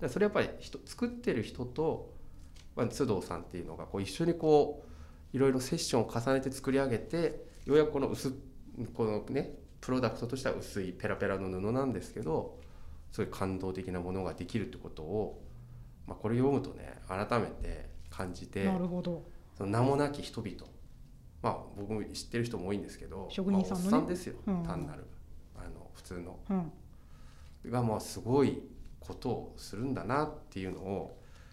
それやっぱり作ってる人と、須藤さんっていうのが一緒にいろいろセッションを重ねて作り上げてようやくこのねプロダクトとしては薄いペラペラの布なんですけどそういう感動的なものができるってことを、これ読むとね改めて感じて。 なるほど。 その名もなき人々、僕も知ってる人も多いんですけど職人さんのね、 おっさんですよ、単なる普通の、がすごいことをするんだなっていうのを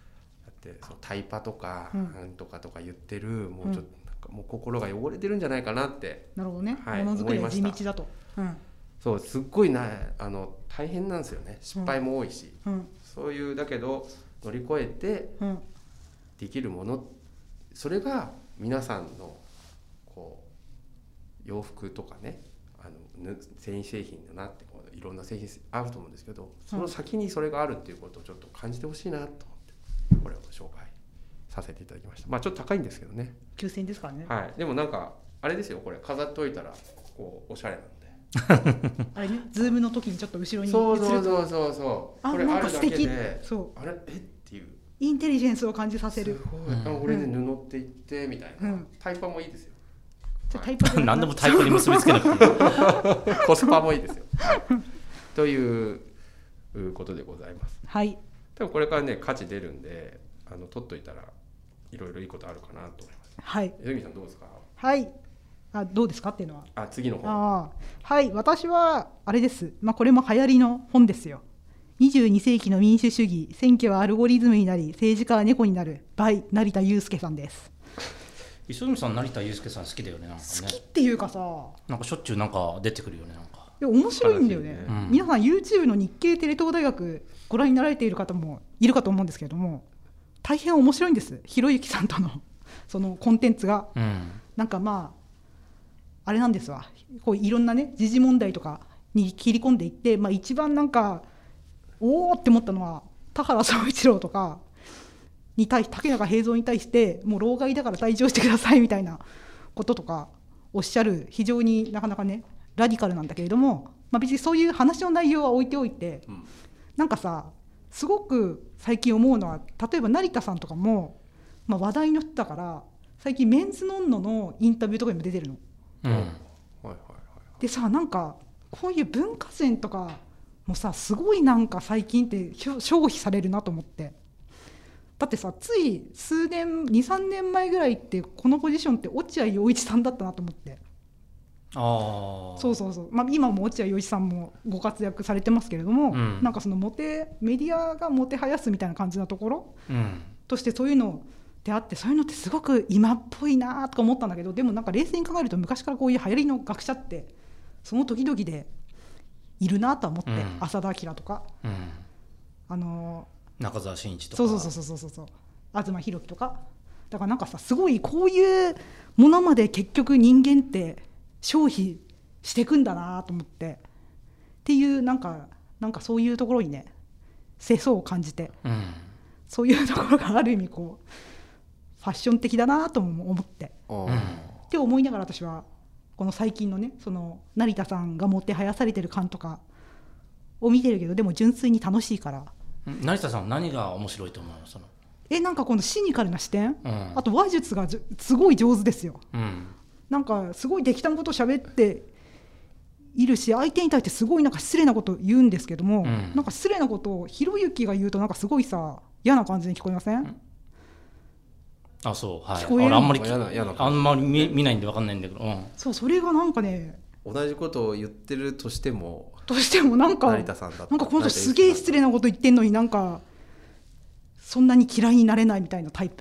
ってそのタイパとか、 うんなんとかとか言ってるもうちょっとなんかもう心が汚れてるんじゃないかなって。 なるほどね、 はいものづくりは地思いました道だと。うんそうすっごい大変なんですよね。失敗も多いし、 うんそういうだけど乗り越えてうんできるもの、それが皆さんのこう洋服とかね、繊維製品だなってこういろんな製品あると思うんですけど、その先にそれがあるっていうことをちょっと感じてほしいなと思ってこれを紹介させていただきました。まあちょっと高いんですけどね。 9000円ですからね。 はい。でもなんかあれですよ、これ飾っておいたらこうおしゃれなんで。 あれね、ズームの時にちょっと後ろにそうそう映るとそうそうそう。 あこれあるだけなんか素敵で、 そうあれっていう。 インテリジェンスを感じさせる。 すごい。これで布っていってみたいな。 うんタイパもいいですよ。 ちょっとタイプ何でもタイプに結びつけなくていいコスパもいいですよ。ということでございます。 はいでもこれからね価値出るんで、取っといたらいろいろいいことあるかなと思います。 はい泉さんどうですか？ はいどうですかっていうのは次の本。 はい私はあれです、これも流行りの本ですよ。22世紀の民主主義、選挙はアルゴリズムになり政治家は猫になる by 成田悠輔さんです。 磯海さん成田悠輔さん好きだよね。なんかね好きっていうかさ、 なんかしょっちゅうなんか出てくるよね。なんかいや面白いんだよね、 話ね皆さん YouTube の日経テレ東大学ご覧になられている方もいるかと思うんですけれども、大変面白いんです。ひろゆきさんとのそのコンテンツが、なんかあれなんですわ、こういろんなね時事問題とかに切り込んでいって、一番なんかおーって思ったのは田原総一郎とかに対し竹中平蔵に対してもう老害だから退場してくださいみたいなこととかおっしゃる、非常になかなかねラディカルなんだけれども、別にそういう話の内容は置いておいて、なんかさすごく最近思うのは、例えば成田さんとかも、話題の人だから最近メンズノンノのインタビューとかにも出てるの。でさ、なんかこういう文化線とかもさすごいなんか最近って消費されるなと思って。だってさ、つい数年 2,3 年前ぐらいってこのポジションって落合陽一さんだったなと思って。そう今も落合陽一さんもご活躍されてますけれども、なんかそのメディアがもてはやすみたいな感じなところ、としてそういうのであって、そういうのってすごく今っぽいなとか思ったんだけど、でもなんか冷静に考えると昔からこういう流行りの学者ってその時々でいるなと思って、浅田彰とか、 中澤慎一とか、 そう東博樹とか、だからなんかさすごいこういうものまで結局人間って消費していくんだなと思ってっていう、なんかそういうところにね世相を感じて、そういうところがある意味こうファッション的だなとも思って、って思いながら私はこの最近のねその成田さんがもてはやされてる感とかを見てるけど、でも純粋に楽しいから。 成田さん何が面白いと思うの？ なんかこのシニカルな視点、あと話術がすごい上手ですよ、なんかすごい適当なことを喋っているし、相手に対してすごいなんか失礼なことを言うんですけども、なんか失礼なことをひろゆきが言うとなんかすごいさ嫌な感じに聞こえません？ そう、はい、 聞こえるあんまり見ないんで分かんないんだけど、 それがなんかね、 同じことを言ってるとしてもなんか成田さんだった、 なんかこの人すげえ失礼なこと言ってんのになんかそんなに嫌いになれないみたいなタイプ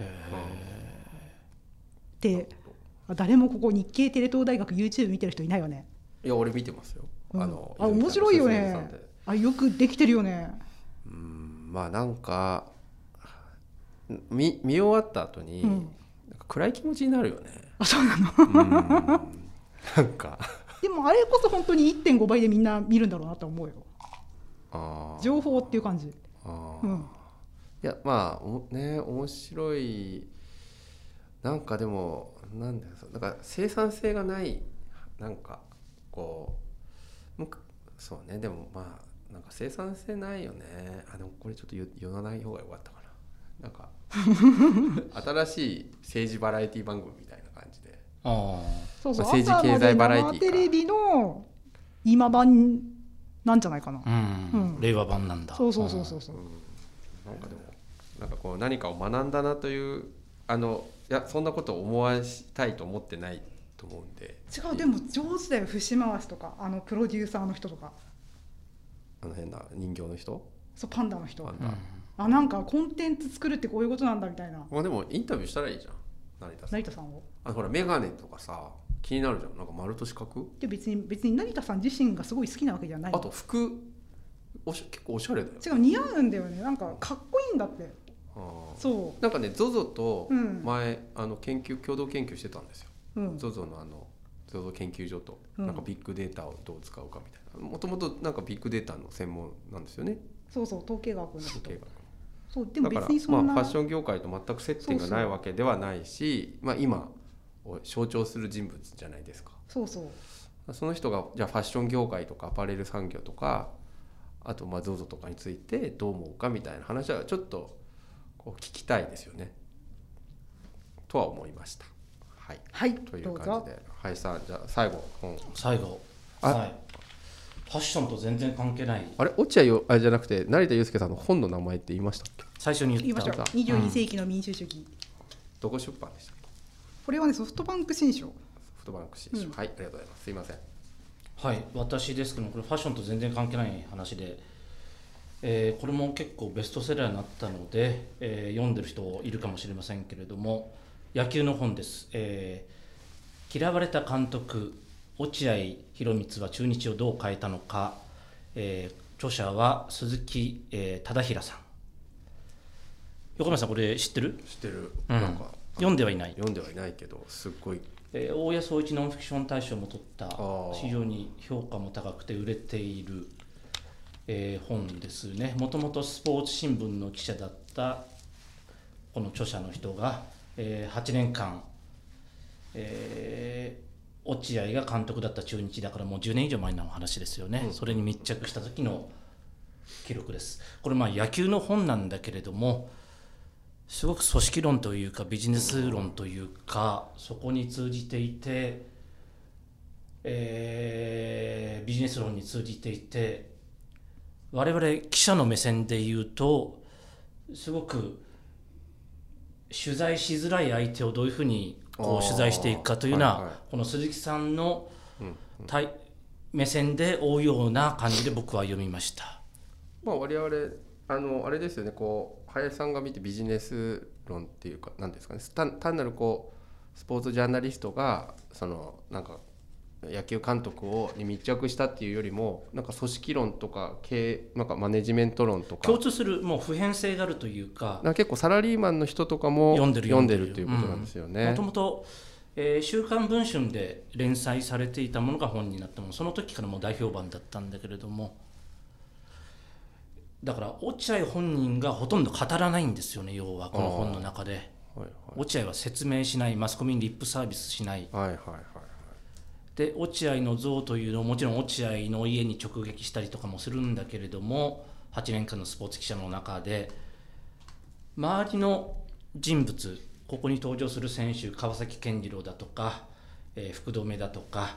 で、誰もここ日経テレ東大学 YouTube 見てる人いないよね。 いや俺見てますよ、 面白いよね、よくできてるよね。 なんか見終わった後に、なんか暗い気持ちになるよね。 そうなのなんかでもあれこそ本当に 1.5 倍でみんな見るんだろうなと思うよ。情報っていう感じ。いや面白い。なんかでもなんか生産性がない、なんかこうそうね、でもなんか生産性ないよね。でもこれちょっと言わない方がよかったかな。なんか新しい政治バラエティ番組みたいな感じで、政治経済バラエティか、 テレビの今版なんじゃないかな、 令和版なんだ。 そうなんかでもなんかこう何かを学んだなという、いやそんなことを思わしたいと思ってないと思うんで。 違う、でも上手だよ、節回しとかプロデューサーの人とか、 変な人形の人、 そうパンダの人、 あ、なんかコンテンツ作るってこういうことなんだみたいな。 まあでもインタビューしたらいいじゃん、成田さん。 成田さんをほらメガネとかさ気になるじゃん、なんか丸と四角。 で別に成田さん自身がすごい好きなわけじゃない。 あと服結構おしゃれだよ。 違う、似合うんだよね。なんかかっこいいんだって。そうなんかね ZOZO とうん前、共同研究してたんですよ、 うん ZOZO のZOZO 研究所と、 うんなんかビッグデータをどう使うかみたいな、もともとなんかビッグデータの専門なんですよね、 そうそう、統計学の人。 統計学。 そうでも別だからにそんな、 まあファッション業界と全く接点がないわけではないし、まあ、今を象徴する人物じゃないですか。 そうそうその人がじゃあファッション業界とかアパレル産業とか、あとまあ ZOZO とかについてどう思うかみたいな話はちょっとこう聞きたいですよねとは思いました。はい、 はい、 というどうぞ。 感じで、はいさん、じゃあ最後最後、 あはい、ファッションと全然関係ない。 あれ落合あれじゃなくて成田悠輔さんの本の名前って言いましたっけ？ 最初に言いましょう。 言った。 22世紀の民主主義、 どこ出版でしたっけ？ これはねソフトバンク新書。 ソフトバンク新書、はい、ありがとうございます。すいません。 はい、私ですけども、これファッションと全然関係ない話で、これも結構ベストセラーになったので、読んでる人いるかもしれませんけれども、野球の本です。嫌われた監督落合博満は中日をどう変えたのか、著者は鈴木、忠平さん。横山さん、これ知ってる？ 知ってる、 うんなんか読んではいない。 読んではいないけどすっごい、 大谷総一ノンフィクション大賞も取ったー非常に評価も高くて売れている、本ですね。もともとスポーツ新聞の記者だったこの著者の人が、8年間、落合が監督だった中日だからもう10年以上前の話ですよね、それに密着した時の記録です。これまあ野球の本なんだけれども、すごく組織論というかビジネス論というかそこに通じていて、ビジネス論に通じていて、我々記者の目線で言うとすごく取材しづらい相手をどういうふうにこう取材していくかというような、 はいはい、 この鈴木さんの目線で追うような感じで僕は読みました。 まあ、我々あれですよね、こう林さんが見てビジネス論っていうか何ですかね、単なるこうスポーツジャーナリストがそのなんか野球監督に密着したっていうよりも、なんか組織論とかなんかマネジメント論とか共通するもう普遍性があるというか、 なんか結構サラリーマンの人とかも読んでるっていうことなんですよね。 もともと週刊文春で連載されていたものが本になったもの、その時からもう大評判だったんだけれども、だから落合本人がほとんど語らないんですよね。要はこの本の中で、はいはい、落合は説明しない、マスコミにリップサービスしない、 はいはいはい、 で落合の像というのをもちろん落合の家に直撃したりとかもするんだけれども、8年間のスポーツ記者の中で周りの人物、ここに登場する選手、川崎健次郎だとか、福留だとか、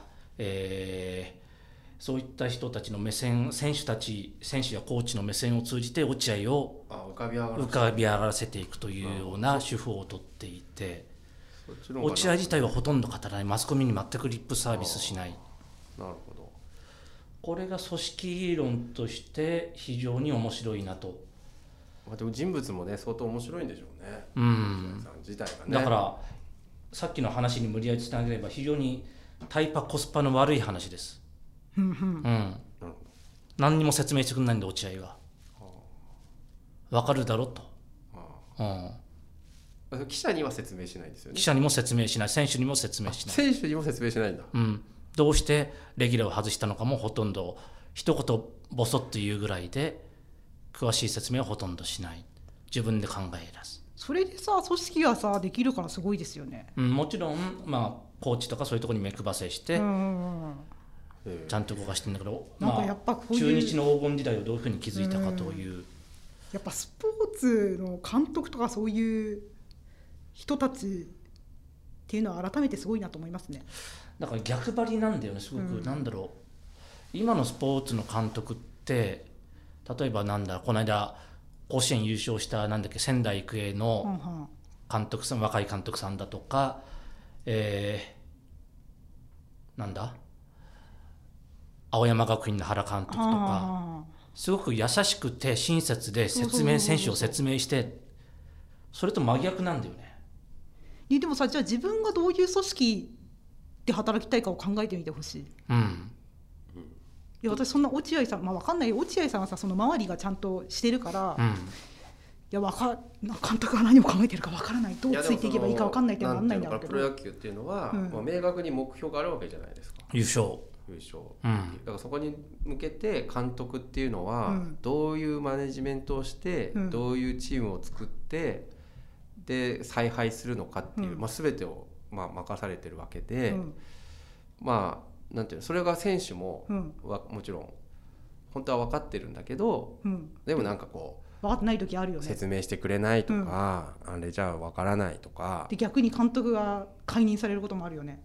そういった人たちの目線、選手やコーチの目線を通じて落合を浮かび上がらせていくというような手法を取っていて、落合自体はほとんど語らない、マスコミに全くリップサービスしない。 なるほど。 これが組織論として非常に面白いなと。 でも人物もね相当面白いんでしょうね、さん自体がね。 だからさっきの話に無理やりつなげれば非常にタイパコスパの悪い話です。何にも説明してくれないんで落合は。分かるだろと。 記者には説明しないですよね。 記者にも説明しない、選手にも説明しない。 選手にも説明しないんだ。 どうしてレギュラーを外したのかもほとんど一言ボソッと言うぐらいで、詳しい説明はほとんどしない。自分で考え出す。 それでさ、組織がさできるからすごいですよね。 もちろん、コーチとかそういうところに目配せして、ちゃんと動かしてるんだけど、 なんかやっぱこういう中日の黄金時代をどういうふうに築いたかという、 やっぱスポーツの監督とかそういう人たちっていうのは改めてすごいなと思いますね。 だから逆張りなんだよね、すごく。なんだろう、今のスポーツの監督って例えばこの間甲子園優勝した仙台育英の監督さん、若い監督さんだとか、青山学院の原監督とか、 すごく優しくて親切で選手を説明して、それと真逆なんだよね。 でもさ、じゃあ自分がどういう組織で働きたいかを考えてみてほしい。いや私そんな落合さん、分かんないよ、落合さんはさその周りがちゃんとしてるから、いや監督が何を考えてるか分からない、どうついていけばいいか分かんないってならないんだろうけど、 プロ野球っていうのは、明確に目標があるわけじゃないですか。 優勝、 だからそこに向けて監督っていうのは、どういうマネジメントをして、どういうチームを作ってで采配するのかっていう、全てを任されてるわけで、なんていうの、それが選手も、もちろん本当は分かってるんだけど、でもなんかこう分かってない時あるよね。説明してくれないとか、あれじゃ分からないとかで、逆に監督が解任されることもあるよね。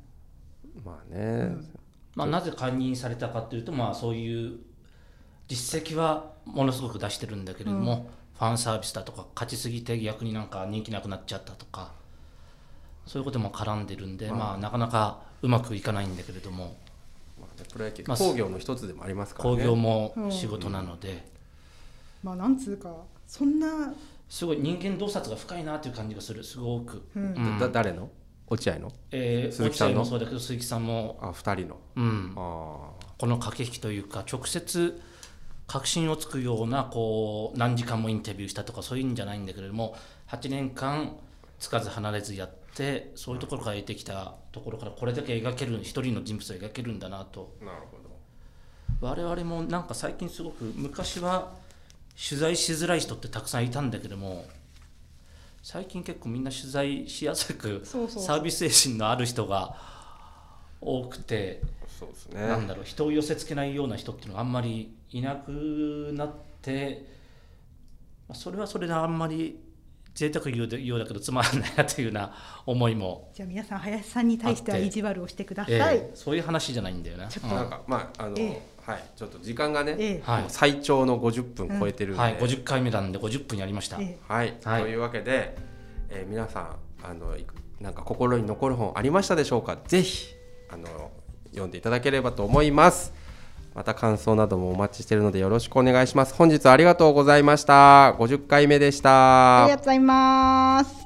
なぜ解任されたかというと、そういう実績はものすごく出してるんだけれども、ファンサービスだとか勝ちすぎて逆になんか人気なくなっちゃったとか、そういうことも絡んでるんで、なかなかうまくいかないんだけれども、 プロ野球工業の一つでもありますからね。 工業も仕事なので、 なんつうかそんなすごい人間洞察が深いなという感じがする、すごく。 誰の？落合の？ 鈴木さんのそうだけど、鈴木さんも 2人の、 この駆け引きというか、直接確信をつくような何時間もインタビューしたとかそういうんじゃないんだけれども、8年間つかず離れずやって、そういうところから得てきたところからこれだけ描ける、一人の人物を描けるんだなと。 なるほど。我々もなんか最近すごく、昔は取材しづらい人ってたくさんいたんだけども、最近結構みんな取材しやすく、サービス精神のある人が多くて、なんだろう、人を寄せつけないような人っていうのがあんまりいなくなって、それはそれであんまり贅沢言うようだけどつまらないなというような思いも。 じゃあ皆さん林さんに対しては意地悪をしてください。 そういう話じゃないんだよね。 なんかちょっと時間がね、最長の50分超えてるんで、 50回目なんで50分やりました。 というわけで、皆さんなんか心に残る本ありましたでしょうか。ぜひ読んでいただければと思います。また感想などもお待ちしているのでよろしくお願いします。本日はありがとうございました。50回目でした。 ありがとうございます。